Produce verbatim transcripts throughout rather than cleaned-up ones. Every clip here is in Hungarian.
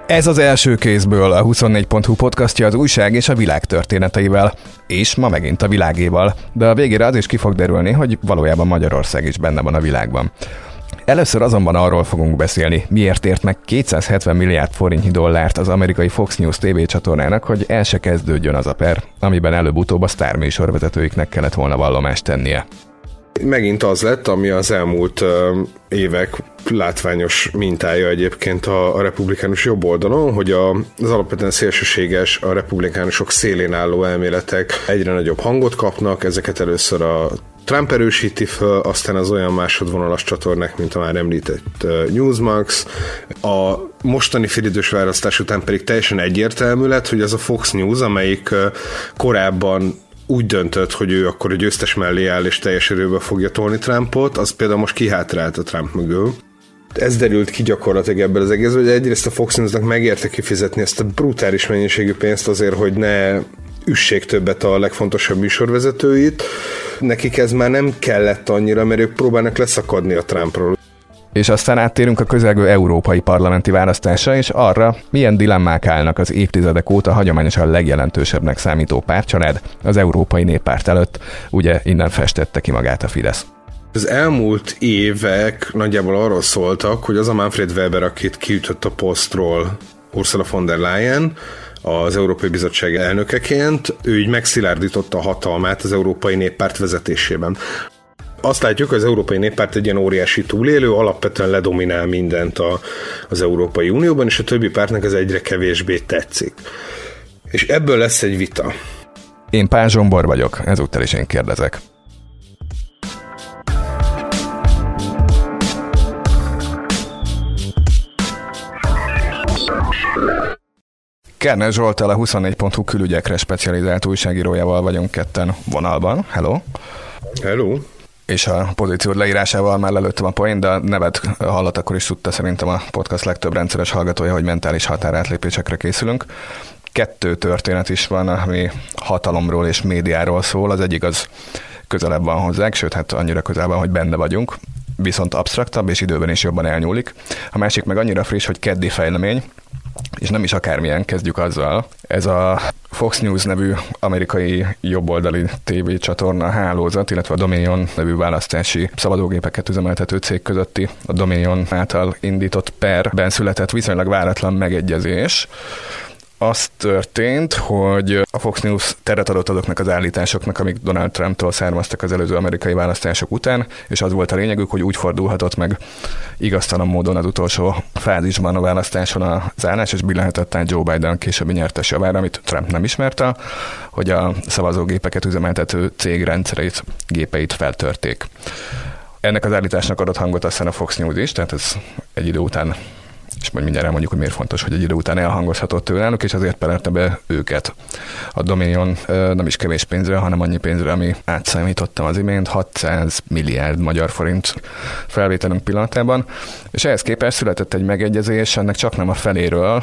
Ez az első kézből a huszonnégy pont hu podcastja az újság és a világ történeteivel, és ma megint a világéval, de a végére az is ki fog derülni, hogy valójában Magyarország is benne van a világban. Először azonban arról fogunk beszélni, miért ért meg kétszázhetven milliárd forintnyi dollárt az amerikai Fox News tévécsatornának, hogy el se kezdődjön az a per, amiben előbb-utóbb a sztárműsorvezetőiknek kellett volna vallomást tennie. Megint az lett, ami az elmúlt uh, évek látványos mintája egyébként a, a republikánus jobb oldalon, hogy a, az alapvetően szélsőséges, a republikánusok szélén álló elméletek egyre nagyobb hangot kapnak, ezeket először a Trump erősíti föl, aztán az olyan másodvonalas csatornák, mint a már említett uh, Newsmax. A mostani félidős választás után pedig teljesen egyértelmű lett, hogy az a Fox News, amelyik uh, korábban úgy döntött, hogy ő akkor a győztes mellé áll és teljes erőbe fogja tolni Trumpot, az például most kihátrált a Trump mögül. Ez derült ki gyakorlatilag ebből az egész, hogy egyrészt a Fox Newsnak megérte kifizetni ezt a brutális mennyiségű pénzt azért, hogy ne üssék többet a legfontosabb műsorvezetőit. Nekik ez már nem kellett annyira, mert ők próbálnak leszakadni a Trumpról. És aztán áttérünk a közelgő európai parlamenti választásra, és arra, milyen dilemmák állnak az évtizedek óta hagyományosan legjelentősebbnek számító pártcsalád az Európai Néppárt előtt. Ugye innen festette ki magát a Fidesz. Az elmúlt évek nagyjából arról szóltak, hogy az a Manfred Weber, akit kiütött a posztról Ursula von der Leyen, az Európai Bizottság elnökeként, ő így megszilárdította a hatalmát az Európai Néppárt vezetésében. Azt látjuk, hogy az Európai Néppárt egy ilyen óriási túlélő, alapvetően ledominál mindent a, az Európai Unióban, és a többi pártnak ez egyre kevésbé tetszik. És ebből lesz egy vita. Én Pál Zsombor vagyok, ezúttal is én kérdezek. Kerner Zsolttal, a huszonnégy pont hu külügyekre specializált újságírójával vagyunk ketten vonalban. Hello! Hello! És a pozíciód leírásával már lelőttem a poén, de a neved hallott, akkor is tudta szerintem a podcast legtöbb rendszeres hallgatója, hogy mentális határátlépésekre készülünk. Kettő történet is van, ami hatalomról és médiáról szól. Az egyik az közelebb van hozzánk, sőt, hát annyira közel van, hogy benne vagyunk, viszont absztraktabb és időben is jobban elnyúlik. A másik meg annyira friss, hogy keddi fejlemény, és nem is akármilyen, kezdjük azzal. Ez a Fox News nevű amerikai jobboldali tévécsatorna hálózat, illetve a Dominion nevű választási szabadógépeket üzemeltető cég közötti a Dominion által indított perben született viszonylag váratlan megegyezés. Az történt, hogy a Fox News teret adott azoknak az állításoknak, amik Donald Trumptól származtak az előző amerikai választások után, és az volt a lényegük, hogy úgy fordulhatott meg igaztalan módon az utolsó fázisban a választáson az állás, és billenhetett át Joe Biden későbbi nyertes javára, amit Trump nem ismerte, hogy a szavazógépeket üzemeltető cég rendszereit, gépeit feltörték. Ennek az állításnak adott hangot aztán a Fox News is, tehát ez egy idő után, és majd mindjárt elmondjuk, hogy miért fontos, hogy egy idő után elhangozhatott tőlük, és azért pererte be őket. A Dominion nem is kevés pénzre, hanem annyi pénzre, ami átszámítottam az imént, hatszáz milliárd magyar forint felvételünk pillanatában, és ehhez képest született egy megegyezés, ennek csak nem a feléről,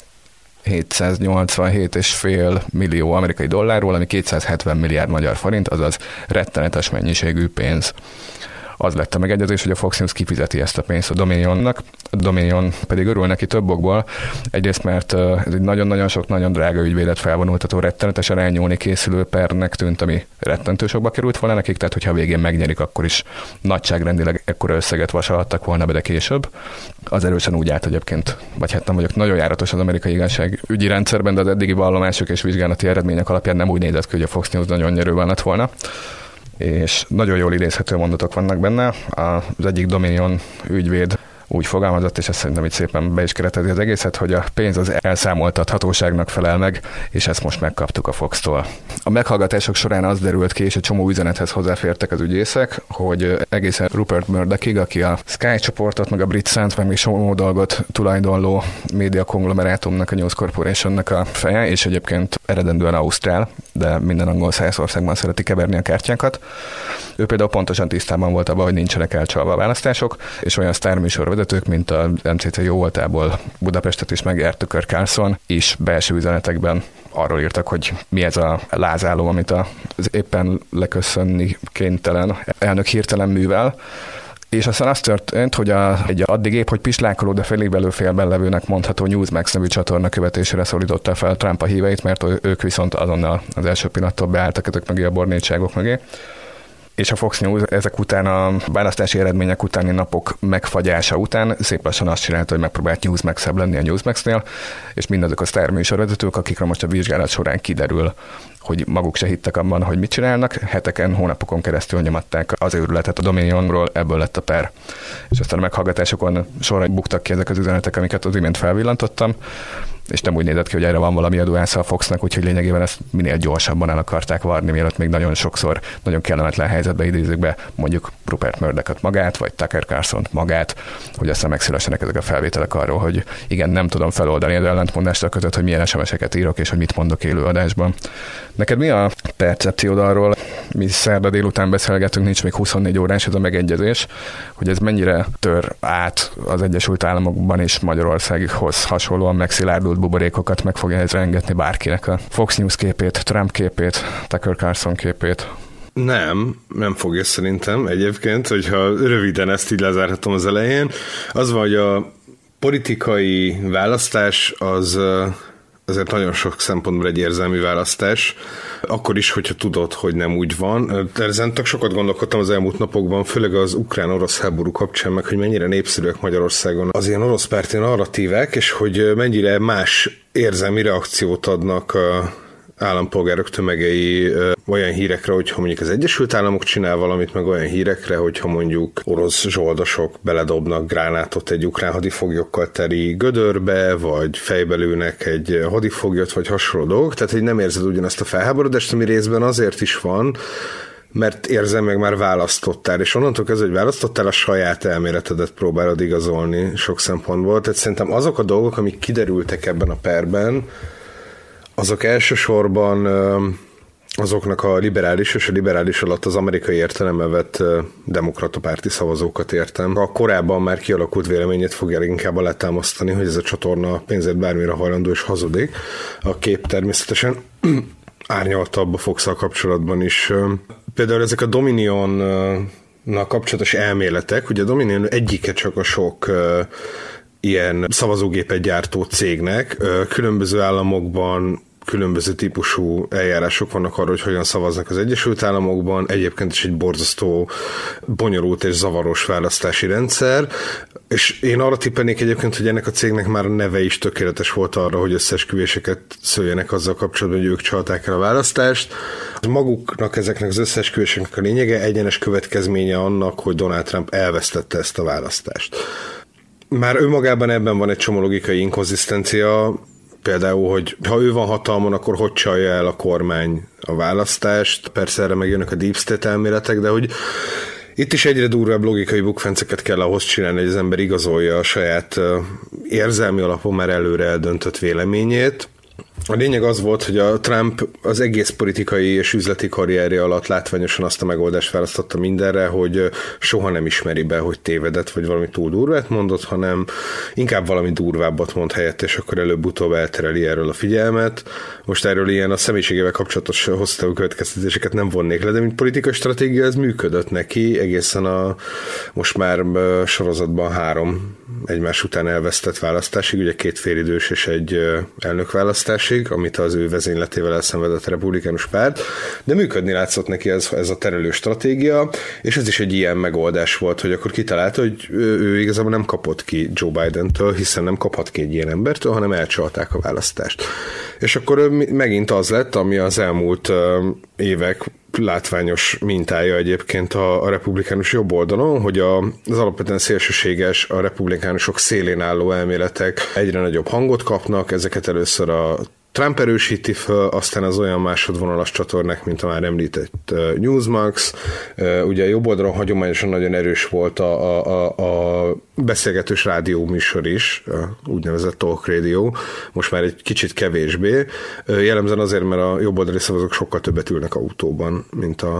hétszáznyolcvanhét egész öt millió amerikai dollárról, ami kétszázhetven milliárd magyar forint, azaz rettenetes mennyiségű pénz. Az lett a megegyezés, hogy a Fox News kifizeti ezt a pénzt a Dominionnak, a Dominion pedig örül neki több okból. Egyrészt, mert ez egy nagyon-nagyon sok, nagyon drága ügyvédet felvonultató, rettenetesen elnyúlni készülő pernek tűnt, ami rettentő sokba került volna nekik, tehát hogyha a végén megnyerik, akkor is nagyságrendileg ekkora összeget vasalhattak volna be, de később. Az erősen úgy állt egyébként, vagy hát nem vagyok nagyon járatos az amerikai igazságügyi rendszerben, de az eddigi vallomások és vizsgálati eredmények alapján nem úgy nézett ki, hogy a Fox News nagyon nyerőben lett volna. És nagyon jól idézhető mondatok vannak benne. Az egyik Dominion ügyvéd úgy fogalmazott, és ezt szerintem itt szépen be is keretezi az egészet, hogy a pénz az elszámoltathatóságnak felel meg, és ezt most megkaptuk a Fox-tól. A meghallgatások során az derült ki, és egy csomó üzenethez hozzáfértek az ügyészek, hogy egészen Rupert Murdochig, aki a Sky csoportot, meg a Brit Sunt, meg még csomó dolgot tulajdonló média konglomerátumnak, a News Corporationnak a feje, és egyébként eredendően ausztrál, de minden angol száz országban szereti keverni a kártyákat. Ő például pontosan tisztában volt abban, hogy nincsenek elcsalva a választások, és olyan sztárműsorvezetők, mint a em cé cé jó voltából Budapestet is megjárt Tucker Carlson, is belső üzenetekben arról írtak, hogy mi ez a lázáló, amit az éppen leköszönni kénytelen elnök hirtelen művel, És aztán az történt, hogy a, egy addig épp, hogy pislákoló, de félig belül félben levőnek mondható Newsmax nevű csatorna követésére szólította fel Trump a híveit, mert ők viszont azonnal az első pillanattól beálltak ezek mögé a bornétságok mögé. És a Fox News ezek után a választási eredmények utáni napok megfagyása után szép lassan azt csinálta, hogy megpróbált Newsmax-ebb lenni a Newsmaxnél, és mindazok a sztárműsorvezetők, akikre most a vizsgálat során kiderül, hogy maguk se hittek abban, hogy mit csinálnak, heteken, hónapokon keresztül nyomatták az őrületet a Dominionról, ebből lett a per. És aztán a meghallgatásokon sorra buktak ki ezek az üzenetek, amiket az imént felvillantottam, és nem úgy nézett ki, hogy erre van valami adóása a Foxnak, úgyhogy lényegében ezt minél gyorsabban el akarták varni, mielőtt még nagyon sokszor nagyon kellemetlen helyzetbe idézik be mondjuk Rupert Murdochot magát, vagy Tucker Carlsont magát, hogy aztán megszülessenek ezek a felvételek arról, hogy igen, nem tudom feloldani az ellentmondást között, hogy milyen es em es-eket írok, és hogy mit mondok élő adásban. Neked mi a percepciód arról, mi szerda délután beszélgetünk, nincs még huszonnégy órás ez a megegyezés, hogy ez mennyire tör át az Egyesült Államokban és Magyarországhoz hasonlóan megszilárdult buborékokat, meg fogja ez rengetni bárkinek a Fox News képét, Trump képét, Tucker Carlson képét? Nem, nem fogja szerintem egyébként, hogyha röviden ezt így lezárhatom az elején. Az van, hogy a politikai választás az azért nagyon sok szempontból egy érzelmi választás, akkor is, hogyha tudod, hogy nem úgy van. Ezen tök sokat gondolkodtam az elmúlt napokban, főleg az ukrán-orosz háború kapcsán, meg hogy mennyire népszerűek Magyarországon az ilyen orosz párti narratívek, és hogy mennyire más érzelmi reakciót adnak állampolgárok tömegei ö, olyan hírekre, hogyha mondjuk az Egyesült Államok csinál valamit, meg olyan hírekre, hogyha mondjuk orosz zsoldosok beledobnak gránátot egy ukrán hadifoglyokkal teli gödörbe, vagy fejbelőnek egy hadifoglyot, vagy hasonló dolgok, tehát hogy nem érzed ugyanazt a felháborodást, ami részben azért is van, mert érzem, meg már választottál, és onnantól kezdve, hogy választottál, a saját elméletedet próbálod igazolni sok szempontból, tehát szerintem azok a dolgok, amik kiderültek ebben a perben, azok elsősorban azoknak a liberális, és a liberális alatt az amerikai értelembe vett demokrata párti szavazókat értem. A korábban már kialakult véleményét fogja inkább alátámasztani, hogy ez a csatorna pénzért bármire hajlandó és hazudik. A kép természetesen árnyaltabb a Fox-szal kapcsolatban is. Például ezek a Dominion-nal kapcsolatos elméletek, ugye a Dominion egyike csak a sok ilyen szavazógépet gyártó cégnek, különböző államokban különböző típusú eljárások vannak arra, hogy hogyan szavaznak az Egyesült Államokban, egyébként is egy borzasztó bonyolult és zavaros választási rendszer, és én arra tippelnék egyébként, hogy ennek a cégnek már a neve is tökéletes volt arra, hogy összeesküvéseket szőjenek azzal kapcsolatban, hogy ők csalták el a választást. Maguknak ezeknek az összeesküvéseknek a lényege egyenes következménye annak, hogy Donald Trump elvesztette ezt a választást. Már önmagában ebben van egy csomó logikai inkonzisztencia, például, hogy ha ő van hatalmon, akkor hogy csalja el a kormány a választást. Persze erre megjönnek a deep state elméletek, de hogy itt is egyre durvább logikai bukfenceket kell ahhoz csinálni, hogy az ember igazolja a saját érzelmi alapon már előre eldöntött véleményét. A lényeg az volt, hogy a Trump az egész politikai és üzleti karrierje alatt látványosan azt a megoldást választotta mindenre, hogy soha nem ismeri be, hogy tévedett, vagy valami túl durvát mondott, hanem inkább valami durvábbat mond helyett, és akkor előbb-utóbb eltereli erről a figyelmet. Most erről ilyen a személyiségével kapcsolatos hosszú következtetéseket nem vonnék le, de mint politikai stratégia ez működött neki, egészen a most már sorozatban három egymás után elvesztett választásig, ugye két félidős és egy elnökválasztásig, amit az ő vezényletével elszenvedett republikánus párt, de működni látszott neki ez, ez a terelő stratégia, és ez is egy ilyen megoldás volt, hogy akkor kitalálta, hogy ő, ő igazából nem kapott ki Joe Bidentől, hiszen nem kaphat ki egy ilyen embertől, hanem elcsalták a választást. És akkor megint az lett, ami az elmúlt évek látványos mintája egyébként a, a republikánus jobb oldalon, hogy a, az alapvetően szélsőséges, a republikánusok szélén álló elméletek egyre nagyobb hangot kapnak, ezeket először a Trump erősíti föl, aztán az olyan másodvonalas csatornák, mint a már említett uh, Newsmax. Uh, ugye a jobb oldalon hagyományosan nagyon erős volt a, a, a, a beszélgetős rádió műsor is, a úgynevezett talk radio, most már egy kicsit kevésbé. Uh, jellemzően azért, mert a jobb oldali szavazók sokkal többet ülnek autóban, mint a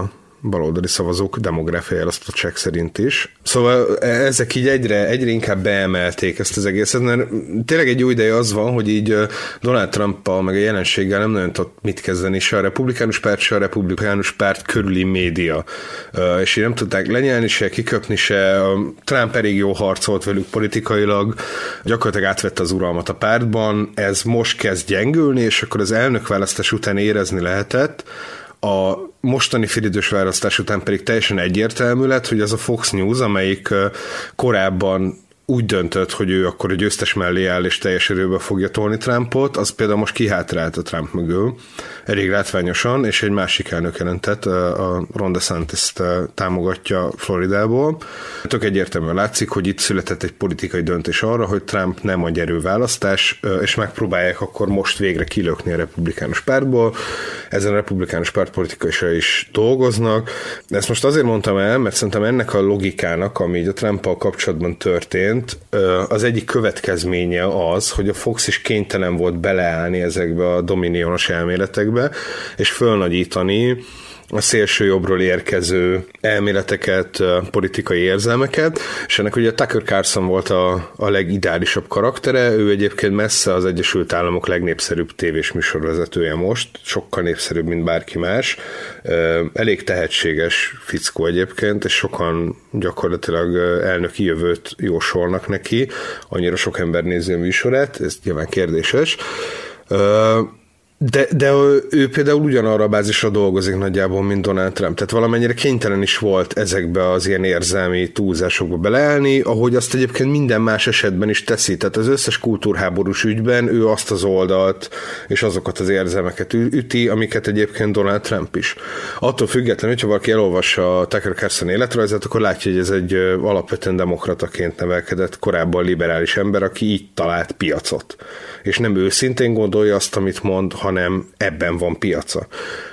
baloldali szavazók demográfiai elosztottság szerint is. Szóval ezek így egyre, egyre inkább beemelték ezt az egészet, mert tényleg egy jó ideje az van, hogy így Donald Trumppal meg a jelenséggel nem nagyon tudott mit kezdeni, se a republikánus párt, se a republikánus párt körüli média. És így nem tudták lenyelni, se kiköpni, se. Trump elég jó harcolt velük politikailag, gyakorlatilag átvette az uralmat a pártban, ez most kezd gyengülni, és akkor az elnökválasztás után érezni lehetett, a mostani félidős választás után pedig teljesen egyértelmű lett, hogy az a Fox News, amelyik korábban úgy döntött, hogy ő akkor a győztes mellé áll és teljes erőben fogja tolni Trumpot, az például most kihátrált a Trump mögül, elég látványosan, és egy másik elnök jelentett, a Ron DeSantis-t támogatja Floridából. Tök egyértelműen látszik, hogy itt született egy politikai döntés arra, hogy Trump nem a gyerőválasztás, és megpróbálják akkor most végre kilökni a republikánus pártból. Ezen a republikánus párt politikai is dolgoznak. Ezt most azért mondtam el, mert szerintem ennek a logikának, ami így a Trumpal kapcsolatban történt, az egyik következménye az, hogy a Fox is kénytelen volt beleállni ezekbe a dominionos elméletekbe, és fölnagyítani a szélső jobbról érkező elméleteket, politikai érzelmeket, és ennek ugye Tucker Carlson volt a, a legideálisabb karaktere, ő egyébként messze az Egyesült Államok legnépszerűbb tévés műsorvezetője most, sokkal népszerűbb, mint bárki más, elég tehetséges fickó egyébként, és sokan gyakorlatilag elnöki jövőt jósolnak neki, annyira sok ember nézi a műsorát, ez nyilván kérdéses. De, de ő például ugyanarra a bázisra dolgozik nagyjából, mint Donald Trump. Tehát valamennyire kénytelen is volt ezekbe az ilyen érzelmi túlzásokba beleállni, ahogy azt egyébként minden más esetben is teszi. Tehát az összes kultúrháborús ügyben ő azt az oldalt és azokat az érzelmeket üti, amiket egyébként Donald Trump is. Attól függetlenül, hogyha valaki elolvassa a Tucker Carlson életrajzát, akkor látja, hogy ez egy alapvetően demokrataként nevelkedett, korábban liberális ember, aki így talált piacot. És nem őszintén gondolja azt, amit mond, hanem ebben van piaca.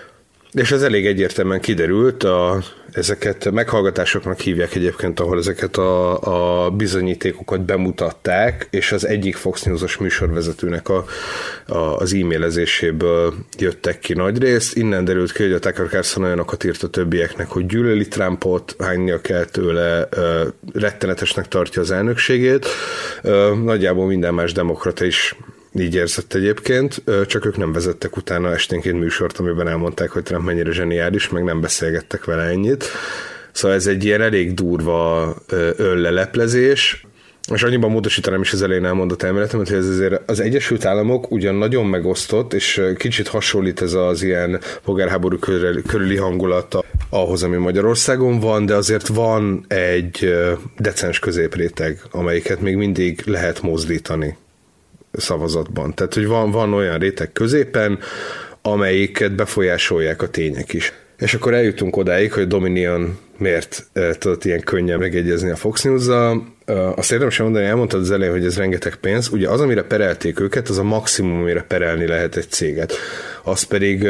És ez elég egyértelműen kiderült, a, ezeket meghallgatásoknak hívják egyébként, ahol ezeket a, a bizonyítékokat bemutatták, és az egyik Fox News-os műsorvezetőnek a, a, az e-mailezéséből jöttek ki nagyrészt. Innen derült ki, hogy a Tucker Carlson olyanokat írt a többieknek, hogy gyűlöli Trumpot, hánynia kell tőle, rettenetesnek tartja az elnökségét. Nagyjából minden más demokrata is így érzett egyébként, csak ők nem vezettek utána esténként műsort, amiben elmondták, hogy Trump mennyire zseniális, meg nem beszélgettek vele ennyit. Szóval ez egy ilyen elég durva önleleplezés, és annyiban módosítanám is az elején elmondott elméletemet, hogy ez azért az Egyesült Államok ugyan nagyon megosztott, és kicsit hasonlít ez az ilyen polgárháború körüli hangulata ahhoz, ami Magyarországon van, de azért van egy decens középréteg, amelyiket még mindig lehet mozdítani szavazatban. Tehát, hogy van, van olyan réteg középen, amelyiket befolyásolják a tények is. És akkor eljutunk odáig, hogy Dominion miért tudott ilyen könnyen megegyezni a Fox News-zal. Azt érdemes mondani, elmondtad az elején, hogy ez rengeteg pénz. Ugye az, amire perelték őket, az a maximum, amire perelni lehet egy céget. Az pedig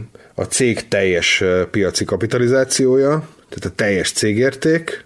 a cég teljes piaci kapitalizációja, tehát a teljes cégérték,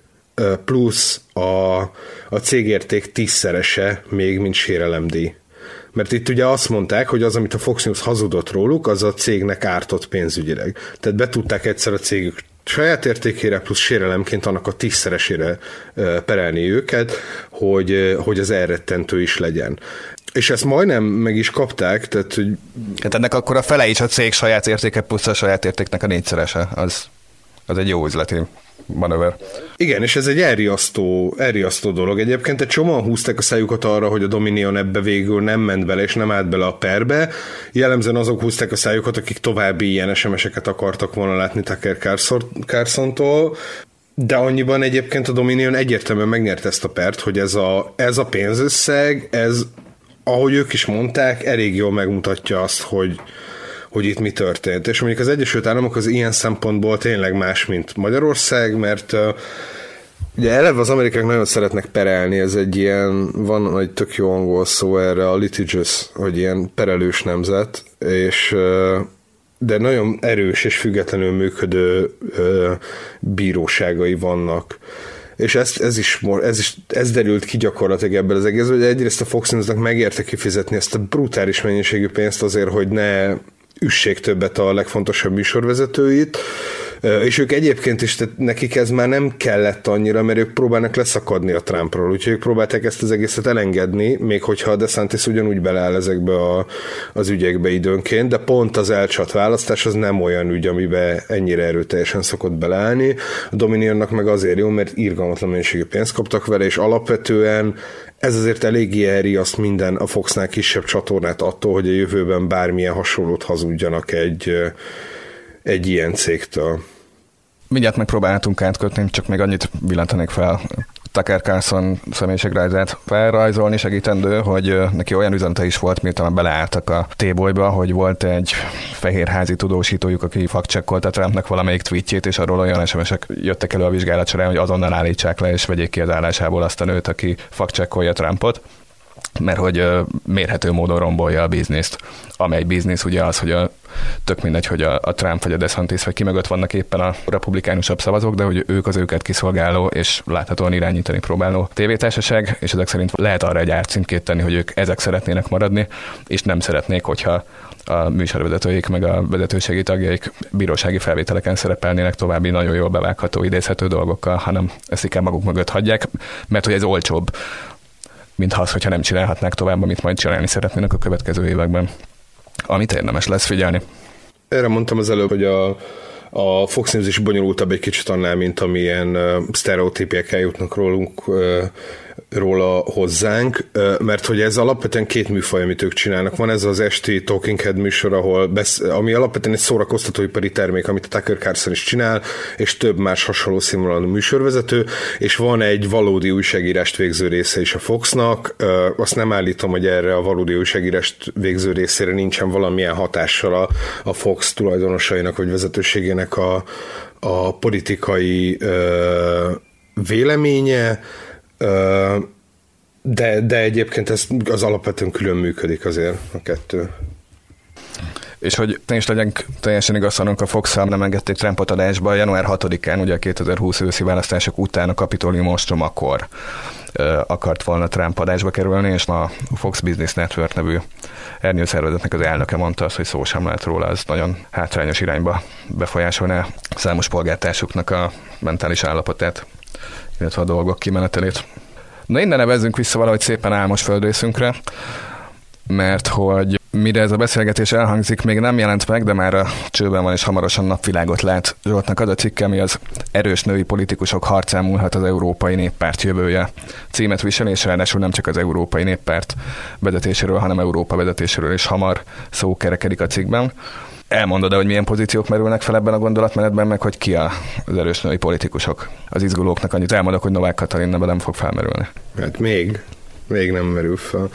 plusz a, a cégérték tízszerese még, mint sérelemdíj. Mert itt ugye azt mondták, hogy az, amit a Fox News hazudott róluk, az a cégnek ártott pénzügyileg. Tehát betudták egyszer a cégük saját értékére, plusz sérelemként annak a tízszeresére perelni őket, hogy, hogy az elrettentő is legyen. És ezt majdnem meg is kapták, tehát hogy... Hát ennek akkor a fele is a cég saját értéke, plusz a saját értéknek a négyszerese. Az, az egy jó üzleti manőver. Igen, és ez egy elriasztó, elriasztó dolog. Egyébként egy csomóan húzták a szájukat arra, hogy a Dominion ebbe végül nem ment bele, és nem állt bele a perbe. Jellemzően azok húzták a szájukat, akik további ilyen es em es-eket akartak volna látni Tucker Carlsontól, de annyiban egyébként a Dominion egyértelműen megnyerte ezt a pert, hogy ez a, ez a pénzösszeg, ez, ahogy ők is mondták, elég jól megmutatja azt, hogy hogy itt mi történt. És mondjuk az Egyesült Államok az ilyen szempontból tényleg más, mint Magyarország, mert uh, ugye eleve az amerikák nagyon szeretnek perelni, ez egy ilyen, van egy tök jó angol szó erre, a litigious, hogy ilyen perelős nemzet, és uh, de nagyon erős és függetlenül működő uh, bíróságai vannak. És ez, ez, is, ez, is, ez derült ki gyakorlatilag ebből az egész, hogy egyrészt a Fox News-nak megérte kifizetni ezt a brutális mennyiségű pénzt azért, hogy ne üssék többet a legfontosabb műsorvezetőit, és ők egyébként is, tehát nekik ez már nem kellett annyira, mert ők próbálnak leszakadni a Trumpról, úgyhogy ők próbálták ezt az egészet elengedni, még hogyha a DeSantis ugyanúgy beleáll ezekbe a, az ügyekbe időnként, de pont az elcsat választás az nem olyan ügy, amiben ennyire erőteljesen szokott beleállni. A Dominionnak meg azért jó, mert irgalmatlan mennyiségű pénzt kaptak vele, és alapvetően ez azért eléggé elriaszt minden a Foxnál kisebb csatornát attól, hogy a jövőben bármilyen hasonlót hazudjanak egy, egy ilyen cégtől. Mindjárt megpróbáltunk átkötni, csak még annyit villantanék fel. Tucker Carlson személyiségrajzát felrajzolni segítendő, hogy neki olyan üzenete is volt, miután beleálltak a T-bolyba, hogy volt egy fehérházi tudósítójuk, aki fact-checkolta Trumpnak valamelyik tweetjét, és arról olyan es em es-ek jöttek elő a vizsgálat során, hogy azonnal állítsák le, és vegyék ki az állásából azt a nőt, aki fact-checkolja Trumpot, mert hogy mérhető módon rombolja a bizniszt. Amely biznisz ugye az, hogy a, tök mindegy, hogy a, a Trump vagy a DeSantis vagy ki mögött vannak éppen a republikánusabb szavazók, de hogy ők az őket kiszolgáló és láthatóan irányítani próbáló tévétársaság, és ezek szerint lehet arra egy árcímkét tenni, hogy ők ezek szeretnének maradni, és nem szeretnék, hogyha a műsorvezetőik meg a vezetőségi tagjaik bírósági felvételeken szerepelnének további nagyon jól bevágható, idézhető dolgokkal, hanem ezt inkább maguk mögött hagyják, mert hogy ez olcsóbb, mint az, hogyha nem csinálhatnák tovább, amit majd csinálni szeretnének a következő években. Amit érdemes lesz figyelni. Erre mondtam az előbb, hogy a, a Fox News is bonyolultabb egy kicsit annál, mint amilyen uh, sztereotípiek eljutnak rólunk, uh, róla hozzánk, uh, mert hogy ez alapvetően két műfaj, amit ők csinálnak. Van ez az esti Talking Head műsor, ahol besz- ami alapvetően egy szórakoztatóipari termék, amit a Tucker Carlson is csinál, és több más hasonló színvonalú műsorvezető, és van egy valódi újságírást végző része is a Foxnak. Uh, azt nem állítom, hogy erre a valódi újságírást végző részére nincsen valamilyen hatással a, a Fox tulajdonosainak vagy vezetőségének a, a politikai uh, véleménye, De, de egyébként ez az alapvetően külön működik azért a kettő. És hogy ne is legyünk teljesen igazolunk, a Fox-szal nem engedték Trumpot adásba, január hatodikán, ugye a kétezer-húsz őszi választások után a Capitolium ostrom akkor akart volna Trump adásba kerülni, és a Fox Business Network nevű ernyőszervezetnek az elnöke mondta azt, hogy szó sem lehet róla, az nagyon hátrányos irányba befolyásolná számos polgártársuknak a mentális állapotát, illetve a dolgok kimenetelét. Na innen nevezzünk vissza valahogy szépen álmos földrészünkre, mert hogy mire ez a beszélgetés elhangzik, még nem jelent meg, de már a csőben van és hamarosan napvilágot lát Zsoltnak az a cikke, ami az erős női politikusok harcán múlhat az Európai Néppárt jövője címet visel, és ráadásul nem csak az Európai Néppárt vezetéséről, hanem Európa vezetéséről is hamar szó kerekedik a cikkben. Elmondod, hogy milyen pozíciók merülnek fel ebben a gondolatmenetben, meg hogy ki az erős női politikusok. Az izgulóknak annyit elmondok, hogy Novák Katalin neve nem fog felmerülni. Hát még, még nem merül fel.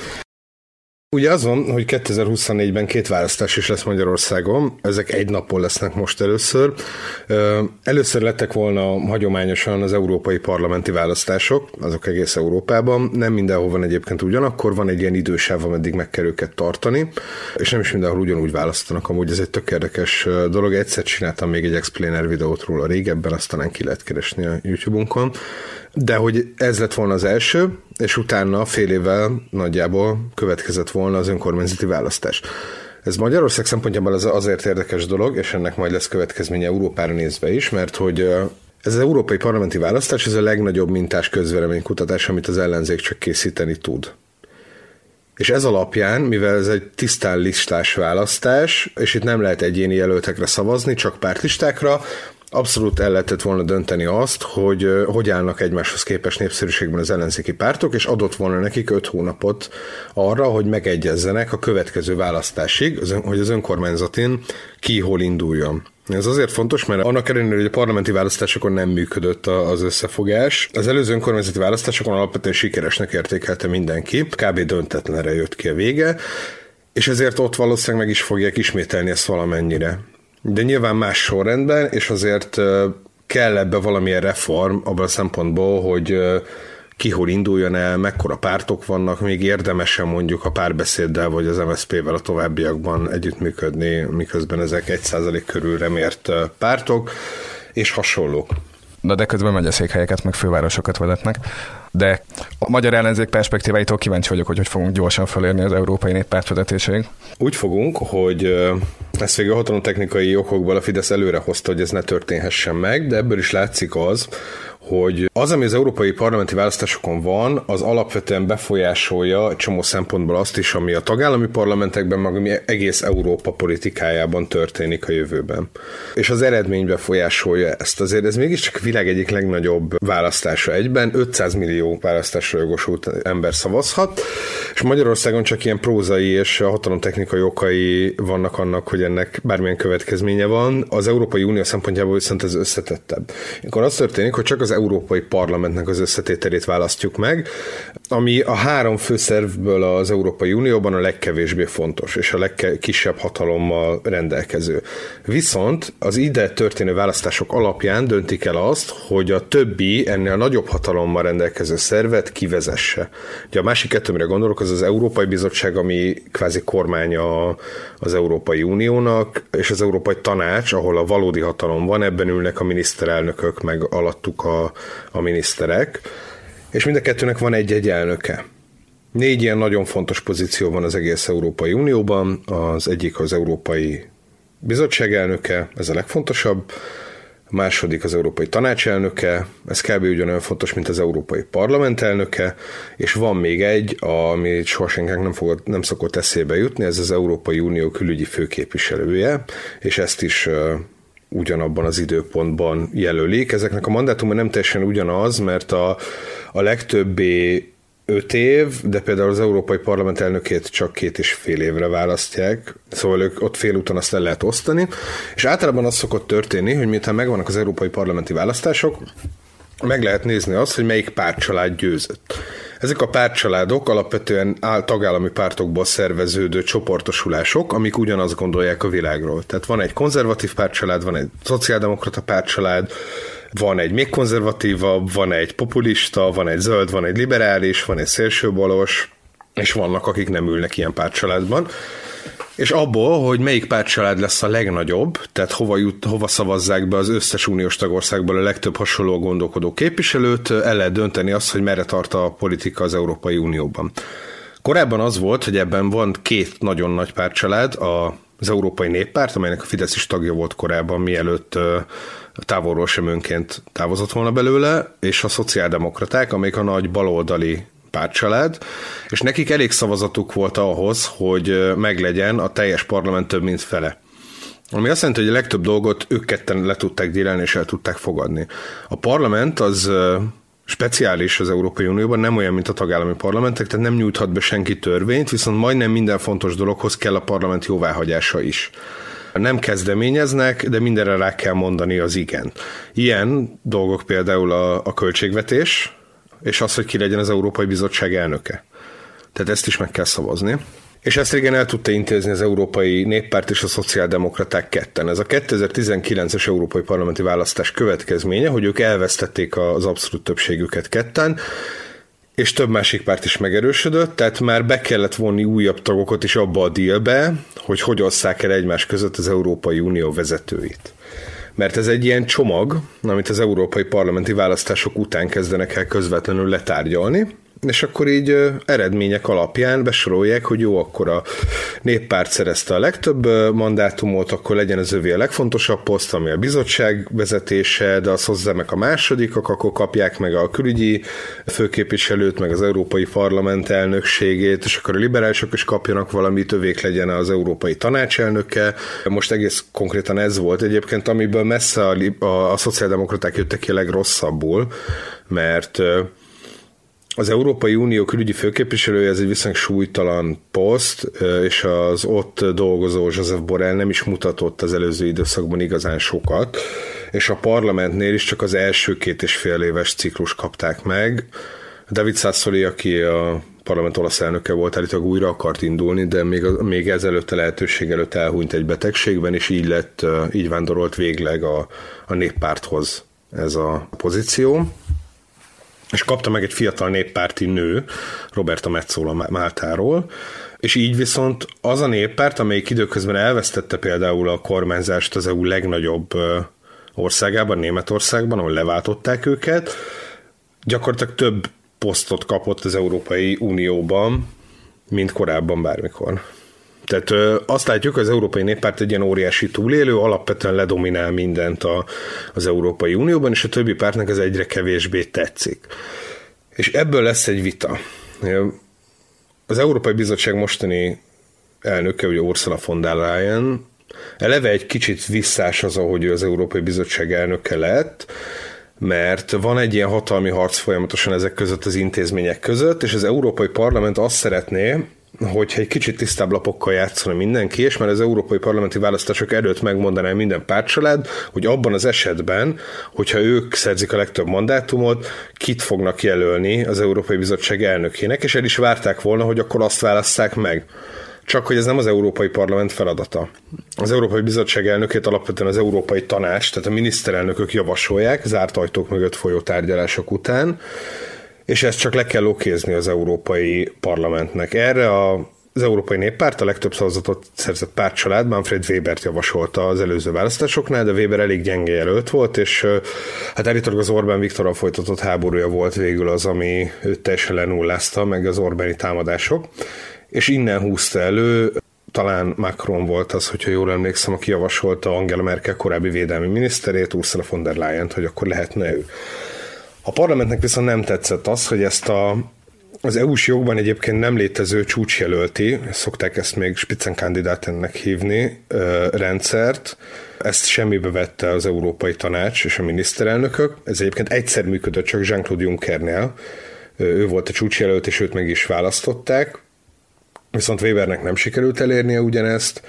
Ugye azon, hogy kétezer-huszonnégyben két választás is lesz Magyarországon, ezek egy napon lesznek most először. Először lettek volna hagyományosan az európai parlamenti választások, azok egész Európában, nem mindenhol van egyébként ugyanakkor, van egy ilyen idősáv, ameddig meg kell őket tartani, és nem is mindenhol ugyanúgy választanak, amúgy ez egy tök érdekes dolog. Egyszer csináltam még egy explainer videót róla régebben, aztán ki lehet keresni a YouTube-unkon, de hogy ez lett volna az első, és utána fél évvel nagyjából következett volna az önkormányzati választás. Ez Magyarország szempontjából az azért érdekes dolog, és ennek majd lesz következménye Európára nézve is, mert hogy ez az európai parlamenti választás, ez a legnagyobb mintás közvéleménykutatás, amit az ellenzék csak készíteni tud. És ez alapján, mivel ez egy tisztán listás választás, és itt nem lehet egyéni jelöltekre szavazni, csak pártlistákra, abszolút el lehetett volna dönteni azt, hogy hogy állnak egymáshoz képest népszerűségben az ellenzéki pártok, és adott volna nekik öt hónapot arra, hogy megegyezzenek a következő választásig, hogy az önkormányzatin ki hol induljon. Ez azért fontos, mert annak ellenére, hogy a parlamenti választásokon nem működött az összefogás, az előző önkormányzati választásokon alapvetően sikeresnek értékelte mindenki, kb. Döntetlenre jött ki a vége, és ezért ott valószínűleg meg is fogják ismételni ezt valamennyire. De nyilván más sorrendben, és azért kell ebbe valamilyen reform abban a szempontból, hogy ki hol induljon el, mekkora pártok vannak, még érdemesen mondjuk a Párbeszéddel vagy az em es zé pé-vel a továbbiakban együttműködni, miközben ezek egy százalék körülre mért pártok, és hasonlók. Na de közben megyeszékhelyeket meg fővárosokat vezetnek. De a magyar ellenzék perspektíváitól kíváncsi vagyok, hogy hogy fogunk gyorsan felérni az Európai Néppárt vezetéséig. Úgy fogunk, hogy ezt végül hatalomtechnikai okokból a Fidesz előre hozta, hogy ez ne történhessen meg, de ebből is látszik az, hogy az, ami az európai parlamenti választásokon van, az alapvetően befolyásolja egy csomó szempontból azt is, ami a tagállami parlamentekben, meg ami egész Európa politikájában történik a jövőben. És az eredmény befolyásolja ezt. Azért ez mégiscsak a világ egyik legnagyobb választása egyben, ötszáz millió választásra jogosult ember szavazhat, és Magyarországon csak ilyen prózai és hatalomtechnikai okai vannak annak, hogy ennek bármilyen következménye van. Az Európai Unió szempontjából viszont ez összetettebb. Akkor az történik, hogy csak az Európai Parlamentnek az összetételét választjuk meg, ami a három főszervből az Európai Unióban a legkevésbé fontos, és a legkisebb hatalommal rendelkező. Viszont az ide történő választások alapján döntik el azt, hogy a többi, ennél nagyobb hatalommal rendelkező szervet kivezesse. Ugye a másik kettő, amire gondolok, az az Európai Bizottság, ami kvázi kormánya az Európai Uniónak, és az Európai Tanács, ahol a valódi hatalom van, ebben ülnek a miniszterelnökök, meg alattuk a, a miniszterek, és mind a kettőnek van egy-egy elnöke. Négy ilyen nagyon fontos pozíció van az egész Európai Unióban, az egyik az Európai Bizottság elnöke, ez a legfontosabb, a második az Európai Tanács elnöke, ez kb. Ugyanolyan fontos, mint az Európai Parlament elnöke, és van még egy, ami soha senkinek nem, fogod, nem szokott eszébe jutni, ez az Európai Unió külügyi főképviselője, és ezt is uh, ugyanabban az időpontban jelölik. Ezeknek a mandátuma nem teljesen ugyanaz, mert a, a legtöbbé öt év, de például az Európai Parlament elnökét csak két és fél évre választják, szóval ők ott fél úton azt el lehet osztani, és általában az szokott történni, hogy miután megvannak az európai parlamenti választások, meg lehet nézni azt, hogy melyik pártcsalád győzött. Ezek a pártcsaládok alapvetően tagállami pártokból szerveződő csoportosulások, amik ugyanazt gondolják a világról. Tehát van egy konzervatív pártcsalád, van egy szociáldemokrata pártcsalád, van egy még konzervatívabb, van egy populista, van egy zöld, van egy liberális, van egy szélsőbalos, és vannak, akik nem ülnek ilyen pártcsaládban. És abból, hogy melyik pártcsalád lesz a legnagyobb, tehát hova, jut, hova szavazzák be az összes uniós tagországból a legtöbb hasonló gondolkodó képviselőt, el lehet dönteni azt, hogy merre tart a politika az Európai Unióban. Korábban az volt, hogy ebben van két nagyon nagy pártcsalád, az Európai Néppárt, amelynek a Fidesz is tagja volt korábban, mielőtt távolról sem önként távozott volna belőle, és a szociáldemokraták, amelyik a nagy baloldali pártcsalád, és nekik elég szavazatuk volt ahhoz, hogy meglegyen a teljes parlament több mint fele. Ami azt jelenti, hogy a legtöbb dolgot ők ketten le tudták dílelni és el tudták fogadni. A parlament az speciális az Európai Unióban, nem olyan, mint a tagállami parlamentek, tehát nem nyújthat be senki törvényt, viszont majdnem minden fontos dologhoz kell a parlament jóváhagyása is. Nem kezdeményeznek, de mindenre rá kell mondani az igen. Ilyen dolgok például a, a költségvetés, és az, hogy ki legyen az Európai Bizottság elnöke. Tehát ezt is meg kell szavazni. És ezt régen el tudta intézni az Európai Néppárt és a szociáldemokraták ketten. Ez a kétezer-tizenkilences Európai Parlamenti Választás következménye, hogy ők elvesztették az abszolút többségüket ketten, és több másik párt is megerősödött, tehát már be kellett vonni újabb tagokat is abba a dealbe, hogy hogy osszák el egymás között az Európai Unió vezetőit. Mert ez egy ilyen csomag, amit az európai parlamenti választások után kezdenek el közvetlenül letárgyalni, és akkor így eredmények alapján besorolják, hogy jó, akkor a Néppárt szerezte a legtöbb mandátumot, akkor legyen az övé a legfontosabb poszt, ami a bizottság vezetése, de az hozzá meg a másodikak, akkor kapják meg a külügyi főképviselőt, meg az Európai Parlament elnökségét, és akkor a liberálisok is kapjanak valamit, övék legyen az Európai Tanács elnöke. Most egész konkrétan ez volt egyébként, amiből messze a, a, a szociáldemokraták jöttek ki a legrosszabbul, mert az Európai Unió külügyi főképviselője, ez egy viszonylag súlytalan poszt, és az ott dolgozó Josep Borrell nem is mutatott az előző időszakban igazán sokat, és a parlamentnél is csak az első két és fél éves ciklus kapták meg. David Sassoli, aki a parlament olasz elnöke volt, állítólag újra akart indulni, de még, még ezelőtt a lehetőség előtt elhunyt egy betegségben, és így lett, így vándorolt végleg a, a néppárthoz ez a pozíció. És kapta meg egy fiatal néppárti nő, Roberta Metsola Máltáról, és így viszont az a néppárt, amelyik időközben elvesztette például a kormányzást az é u legnagyobb országában, Németországban, ahol leváltották őket, gyakorlatilag több posztot kapott az Európai Unióban, mint korábban bármikor. Tehát ö, azt látjuk, hogy az Európai Néppárt egy ilyen óriási túlélő, alapvetően ledominál mindent a, az Európai Unióban, és a többi pártnak ez egyre kevésbé tetszik. És ebből lesz egy vita. Az Európai Bizottság mostani elnöke, ugye Ursula von der Leyen, eleve egy kicsit visszás az, ahogy ő az Európai Bizottság elnöke lett, mert van egy ilyen hatalmi harc folyamatosan ezek között az intézmények között, és az Európai Parlament azt szeretné, hogyha egy kicsit tisztább lapokkal játszana mindenki, és már az európai parlamenti választások előtt megmondaná minden pártcsalád, hogy abban az esetben, hogyha ők szerzik a legtöbb mandátumot, kit fognak jelölni az Európai Bizottság elnökének, és el is várták volna, hogy akkor azt válasszák meg. Csak hogy ez nem az Európai Parlament feladata. Az Európai Bizottság elnökét alapvetően az Európai Tanács, tehát a miniszterelnökök javasolják, zárt ajtók mögött folyó tárgyalások után, és ezt csak le kell okézni az Európai Parlamentnek. Erre a, az Európai Néppárt, a legtöbb szavazatot szerzett pártcsalád Manfred Webert javasolta az előző választásoknál, de Weber elég gyenge jelölt volt, és hát állítólag az Orbán Viktorral folytatott háborúja volt végül az, ami őt teljesen lenullázta, meg az Orbáni támadások, és innen húzta elő, talán Macron volt az, hogyha jól emlékszem, aki javasolta Angela Merkel korábbi védelmi miniszterét, Ursula von der Leyent, hogy akkor lehetne ő. A parlamentnek viszont nem tetszett az, hogy ezt a, az é u-s jogban egyébként nem létező csúcsjelölti, szokták ezt még Spitzenkandidatennek hívni, ö, rendszert, ezt semmibe vette az Európai Tanács és a miniszterelnökök. Ez egyébként egyszer működött csak Jean-Claude Junckernél. Ő volt a csúcsjelölt, és őt meg is választották. Viszont Webernek nem sikerült elérnie ugyanezt,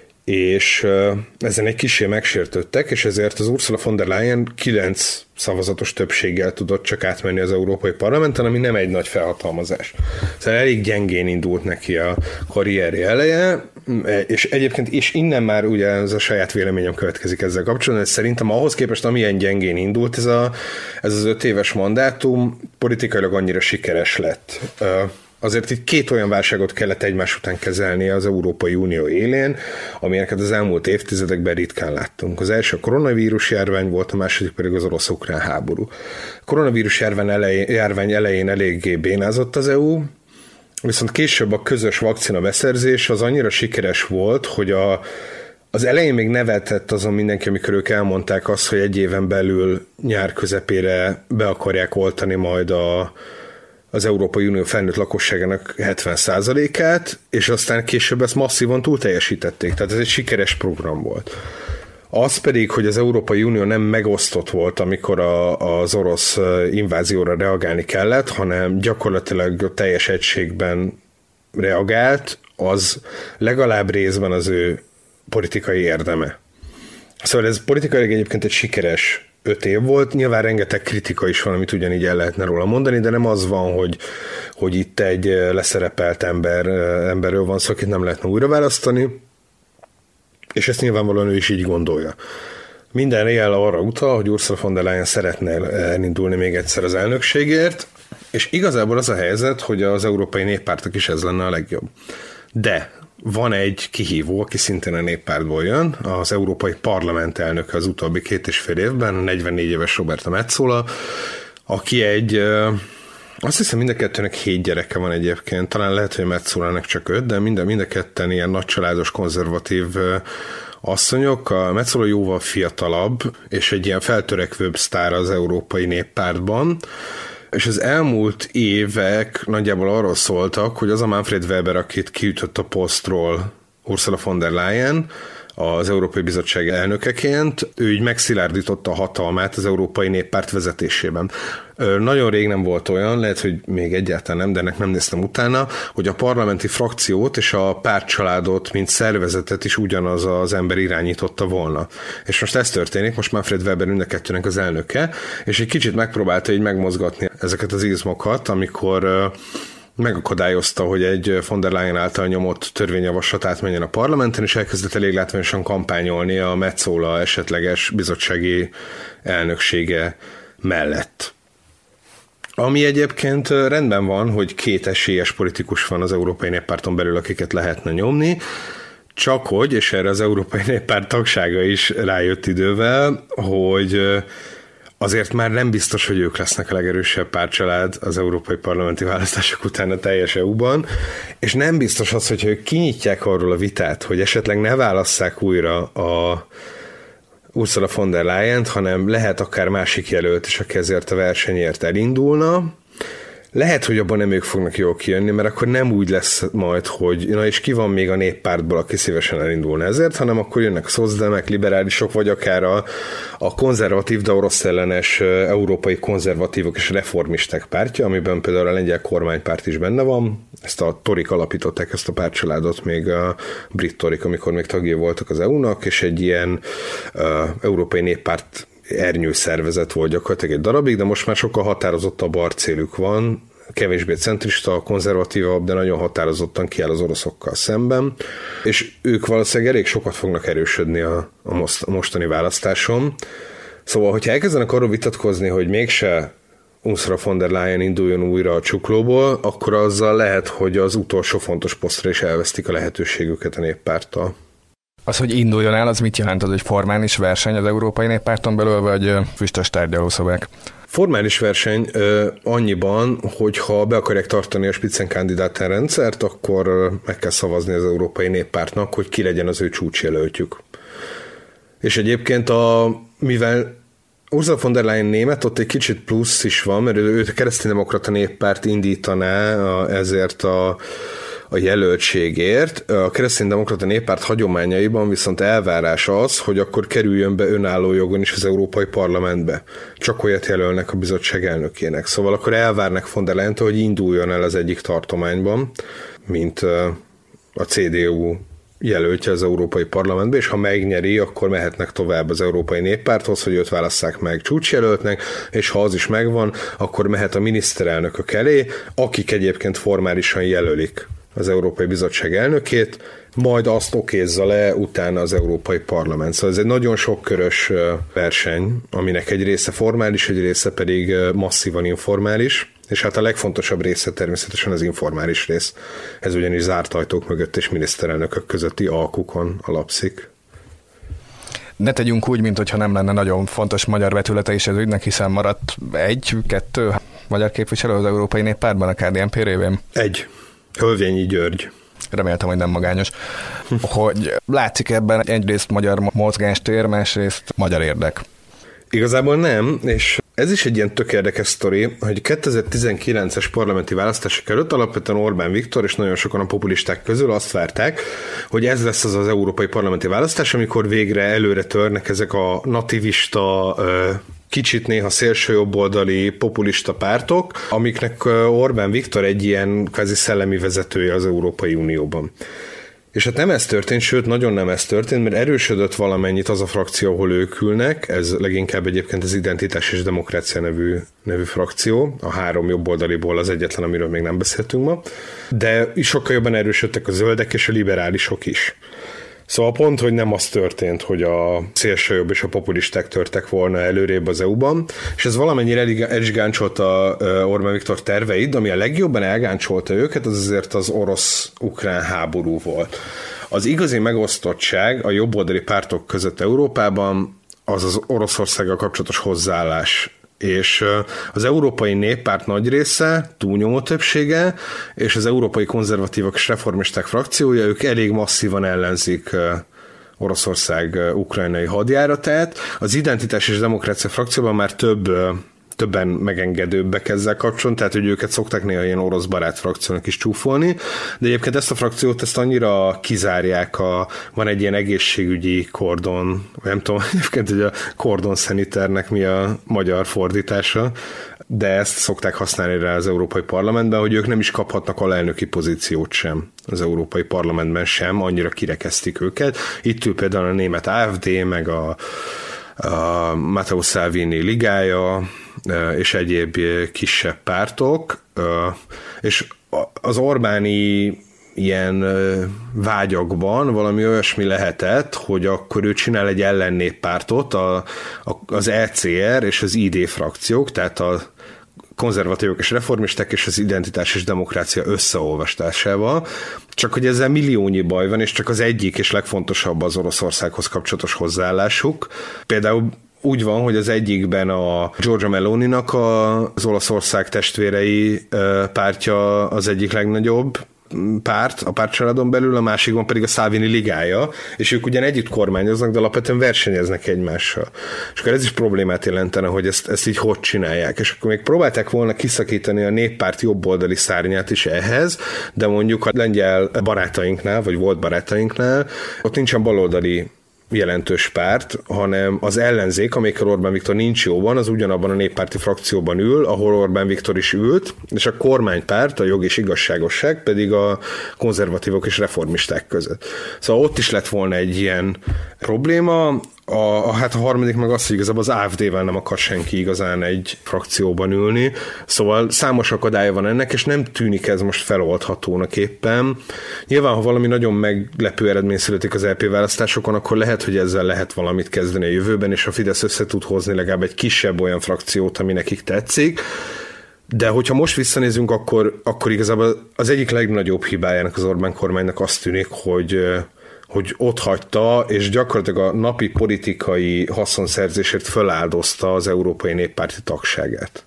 és ezen egy kissé megsértődtek, és ezért az Ursula von der Leyen kilenc szavazatos többséggel tudott csak átmenni az Európai Parlamenten, ami nem egy nagy felhatalmazás. Szóval elég gyengén indult neki a karrierje eleje, és egyébként és innen már ugye ez a saját véleményem következik ezzel kapcsolatban, hogy szerintem ahhoz képest, amilyen gyengén indult ez, a, ez az öt éves mandátum, politikailag annyira sikeres lett. Azért itt két olyan válságot kellett egymás után kezelnie az Európai Unió élén, amilyeneket az elmúlt évtizedekben ritkán láttunk. Az első a koronavírus járvány volt, a második pedig az orosz-ukrán háború. A koronavírus járvány elején, járvány elején eléggé bénázott az é u, viszont később a közös vakcina beszerzés az annyira sikeres volt, hogy a, az elején még nevetett azon mindenki, amikor ők elmondták azt, hogy egy éven belül nyár közepére be akarják oltani majd a az Európai Unió felnőtt lakosságának hetven százalékát, és aztán később ezt masszívan túl teljesítették. Tehát ez egy sikeres program volt. Az pedig, hogy az Európai Unió nem megosztott volt, amikor a, az orosz invázióra reagálni kellett, hanem gyakorlatilag teljes egységben reagált, az legalább részben az ő politikai érdeme. Szóval ez politikailag egyébként egy sikeres öt év volt, nyilván rengeteg kritika is van, amit ugyanígy el lehetne róla mondani, de nem az van, hogy, hogy itt egy leszerepelt ember, emberről van szó, akit nem lehetne újra választani, és ezt nyilvánvalóan ő is így gondolja. Minden jel arra utal, hogy Ursula von der Leyen szeretne elindulni még egyszer az elnökségért, és igazából az a helyzet, hogy az Európai Néppártnak is ez lenne a legjobb. De van egy kihívó, aki szintén a Néppártból jön, az Európai Parlament elnöke az utóbbi két és fél évben, negyvennégy éves Roberta Metsola, aki egy, azt hiszem mind a kettőnek hét gyereke van egyébként, talán lehet, hogy Metsolának csak öt, de mind a, mind a ketten ilyen nagycsaládos, konzervatív asszonyok. A Metsola jóval fiatalabb, és egy ilyen feltörekvőbb sztár az Európai Néppártban, és az elmúlt évek nagyjából arról szóltak, hogy az a Manfred Weber, akit kiütött a posztról Ursula von der Leyen az Európai Bizottság elnökeként, ő így megszilárdította a hatalmát az Európai Néppárt vezetésében. Nagyon rég nem volt olyan, lehet, hogy még egyáltalán nem, de ennek nem néztem utána, hogy a parlamenti frakciót és a pártcsaládot, mint szervezetet is ugyanaz az ember irányította volna. És most ez történik, most Manfred Weber mind a kettőnek az elnöke, és egy kicsit megpróbálta így megmozgatni ezeket az izmokat, amikor megakadályozta, hogy egy von der Leyen által nyomott törvényjavaslat átmenjen a parlamenten, és elkezdett elég látványosan kampányolni a Metsola esetleges bizottsági elnöksége mellett. Ami egyébként rendben van, hogy két esélyes politikus van az Európai Néppárton belül, akiket lehetne nyomni, Csak hogy, és erre az Európai Néppárt tagsága is rájött idővel, hogy azért már nem biztos, hogy ők lesznek a legerősebb pártcsalád az európai parlamenti választások után a teljes é u-ban, és nem biztos az, hogyha ők kinyitják arról a vitát, hogy esetleg ne válasszák újra a Ursula von der Leyent, hanem lehet akár másik jelölt is, aki ezért a versenyért elindulna. Lehet, hogy abban nem ők fognak jól kijönni, mert akkor nem úgy lesz majd, hogy na és ki van még a néppártból, aki szívesen elindulna ezért, hanem akkor jönnek a szocdemek, liberálisok, vagy akár a, a konzervatív, de orosz ellenes európai konzervatívok és reformisták pártja, amiben például a lengyel kormánypárt is benne van. Ezt a torik alapították, ezt a pártcsaládot, még a brit torik, amikor még tagjai voltak az é u-nak, és egy ilyen uh, európai néppárt ernyő szervezet volt gyakorlatilag egy darabig, de most már sokkal határozottabb arcélük van, kevésbé centrista, konzervatívabb, de nagyon határozottan kiáll az oroszokkal szemben, és ők valószínűleg elég sokat fognak erősödni a, a, most, a mostani választáson. Szóval, hogyha elkezdenek arról vitatkozni, hogy mégse Ursula von der Leyen induljon újra a csuklóból, akkor azzal lehet, hogy az utolsó fontos posztra is elvesztik a lehetőségüket a néppárttal. Az, hogy induljon el, az mit jelent? Az egy formális verseny az Európai Néppárton belül, vagy füstös tárgyalószobák? Formális verseny ö, annyiban, hogyha be akarják tartani a Spitzenkandidátán rendszert, akkor ö, meg kell szavazni az Európai Néppártnak, hogy ki legyen az ő csúcsjelöltjük. És egyébként a, mivel Ursula von der Leyen német, ott egy kicsit plusz is van, mert ő a kereszténydemokrata néppárt indítaná a, ezért a a jelöltségért. A kereszténydemokrata néppárt hagyományaiban viszont elvárás az, hogy akkor kerüljön be önálló jogon is az Európai Parlamentbe. Csak olyat jelölnek a bizottság elnökének. Szóval akkor elvárnak von der Leyentől, hogy induljon el az egyik tartományban, mint a cé dé u jelöltje az Európai Parlamentbe, és ha megnyeri, akkor mehetnek tovább az Európai Néppárthoz, hogy őt válasszák meg csúcsjelöltnek, és ha az is megvan, akkor mehet a miniszterelnökök elé, akik egyébként formálisan jelölik az Európai Bizottság elnökét, majd azt okézza le utána az Európai Parlament. Szóval ez egy nagyon sokkörös verseny, aminek egy része formális, egy része pedig masszívan informális, és hát a legfontosabb része természetesen az informális rész. Ez ugyanis zárt ajtók mögött és miniszterelnökök közötti alkukon alapszik. Ne tegyünk úgy, mintha nem lenne nagyon fontos magyar vetülete is az ügynek, hiszen maradt egy, kettő magyar képviselő az Európai Néppártban a ká dé en pé révén. Egy. Hölvényi György. Reméltem, hogy nem magányos. Hogy látszik ebben egyrészt magyar mozgástér, másrészt magyar érdek. Igazából nem, és ez is egy ilyen tök érdekes sztori, hogy kétezer-tizenkilences parlamenti választások előtt alapvetően Orbán Viktor és nagyon sokan a populisták közül azt várták, hogy ez lesz az az európai parlamenti választás, amikor végre előre törnek ezek a nativista, kicsit néha szélsőjobboldali populista pártok, amiknek Orbán Viktor egy ilyen kvázi szellemi vezetője az Európai Unióban. És hát nem ez történt, sőt, nagyon nem ez történt, mert erősödött valamennyit az a frakció, ahol ők ülnek, ez leginkább egyébként az Identitás és Demokrácia nevű, nevű frakció, a három jobboldaliból az egyetlen, amiről még nem beszéltünk ma, de sokkal jobban erősödtek a zöldek és a liberálisok is. Szóval pont, hogy nem az történt, hogy a szélsőjobb és a populisták törtek volna előrébb az é u-ban, és ez valamennyire elgáncsolta Orbán Viktor terveit, de ami a legjobban elgáncsolta őket, az azért az orosz-ukrán háború volt. Az igazi megosztottság a jobboldali pártok között Európában az az Oroszországgal kapcsolatos hozzáállás, és az Európai Néppárt nagy része, túlnyomó többsége, és az Európai Konzervatívok és Reformisták frakciója, ők elég masszívan ellenzik Oroszország ukrajnai hadjáratát. Az Identitás és Demokrácia frakcióban már több többen megengedőbbek ezzel kapcsolatban, tehát hogy őket szokták néha ilyen orosz barát frakciónak is csúfolni, de egyébként ezt a frakciót ezt annyira kizárják, a, van egy ilyen egészségügyi kordon, nem tudom egyébként, hogy a kordon szeniternek mi a magyar fordítása, de ezt szokták használni rá az Európai Parlamentben, hogy ők nem is kaphatnak alelnöki pozíciót sem az Európai Parlamentben sem, annyira kirekeztik őket. Itt ül például a német á ef dé, meg a, a Matteo Salvini ligája, és egyéb kisebb pártok, és az Orbáni ilyen vágyakban valami olyasmi lehetett, hogy akkor ő csinál egy ellennéppártot, a, a, az é cé er és az i dé frakciók, tehát a konzervatívok és reformisták és az identitás és demokrácia összeolvastásával, csak hogy ezzel milliónyi baj van, és csak az egyik és legfontosabb az Oroszországhoz kapcsolatos hozzáállásuk. Például úgy van, hogy az egyikben a Giorgia Meloninak az Olaszország testvérei pártja az egyik legnagyobb párt a pártcsaládon belül, a másikban pedig a Salvini ligája, és ők ugyan együtt kormányoznak, de alapvetően versenyeznek egymással. És akkor ez is problémát jelentene, hogy ezt, ezt így hogy csinálják. És akkor még próbálták volna kiszakítani a néppárt jobboldali szárnyát is ehhez, de mondjuk a lengyel barátainknál, vagy volt barátainknál, ott nincsen baloldali jelentős párt, hanem az ellenzék, amikor Orbán Viktor nincs jóban, az ugyanabban a néppárti frakcióban ül, ahol Orbán Viktor is ült, és a kormánypárt, a Jog és Igazságosság pedig a konzervatívok és reformisták között. Szóval ott is lett volna egy ilyen probléma. A, a, hát a harmadik meg az, hogy igazából az á ef dé-vel nem akar senki igazán egy frakcióban ülni, szóval számos akadálya van ennek, és nem tűnik ez most feloldhatónak éppen. Nyilván, ha valami nagyon meglepő eredmény születik az é pé választásokon, akkor lehet, hogy ezzel lehet valamit kezdeni a jövőben, és a Fidesz össze tud hozni legalább egy kisebb olyan frakciót, ami nekik tetszik. De hogyha most visszanézünk, akkor, akkor igazából az egyik legnagyobb hibájának az Orbán kormánynak azt tűnik, hogy hogy ott hagyta, és gyakorlatilag a napi politikai haszonszerzésért föláldozta az Európai Néppárti tagságát.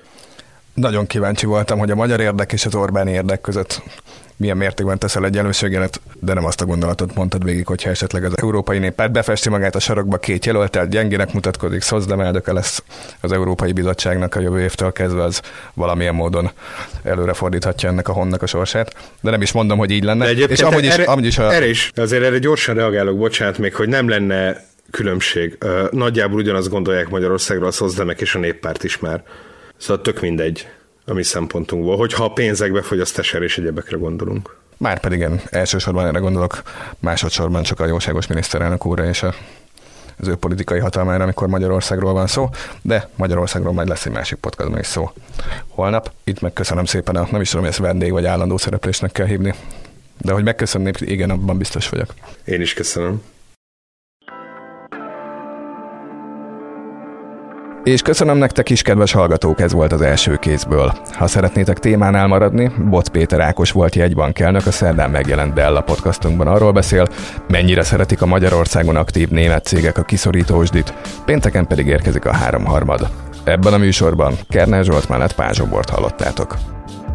Nagyon kíváncsi voltam, hogy a magyar érdek és az Orbáni érdek között milyen mértékben teszel egyenlőséget, de nem azt a gondolatot mondtad végig, hogyha esetleg az Európai Néppárt befesti magát a sarokba két jelöltel, gyengének mutatkozik, Szozdem elnöke lesz az Európai Bizottságnak a jövő évtől kezdve, az valamilyen módon előre fordíthatja ennek a honnak a sorsát, de nem is mondom, hogy így lenne. És amúgy is, erre, amúgy is a... erre is, azért erre gyorsan reagálok, bocsánat még, hogy nem lenne különbség. Nagyjából ugyanazt gondolják Magyarországról a Szozdemek és a Néppárt is már. Szóval tök mindegy a mi szempontunkból, hogyha a pénzek befogyasztására és egyebekre gondolunk. Márpedig én elsősorban erre gondolok, másodszorban csak a jóságos miniszterelnök úrra és a, az ő politikai hatalmára, amikor Magyarországról van szó, de Magyarországról majd lesz egy másik podcastban is szó holnap. Itt megköszönöm szépen, a, nem is tudom, hogy ezt vendég vagy állandó szereplésnek kell hívni, de hogy megköszönni, igen, abban biztos vagyok. Én is köszönöm. És köszönöm nektek is, kedves hallgatók, ez volt az első kézből. Ha szeretnétek témánál maradni, Boc Péter Ákos volt jegybankelnök, a szerdán megjelent Della podcastunkban arról beszél, mennyire szeretik a Magyarországon aktív német cégek a kiszorítósdit, pénteken pedig érkezik a háromharmad. Ebben a műsorban Kerner Zsolt mellett Pázsó Bort hallottátok.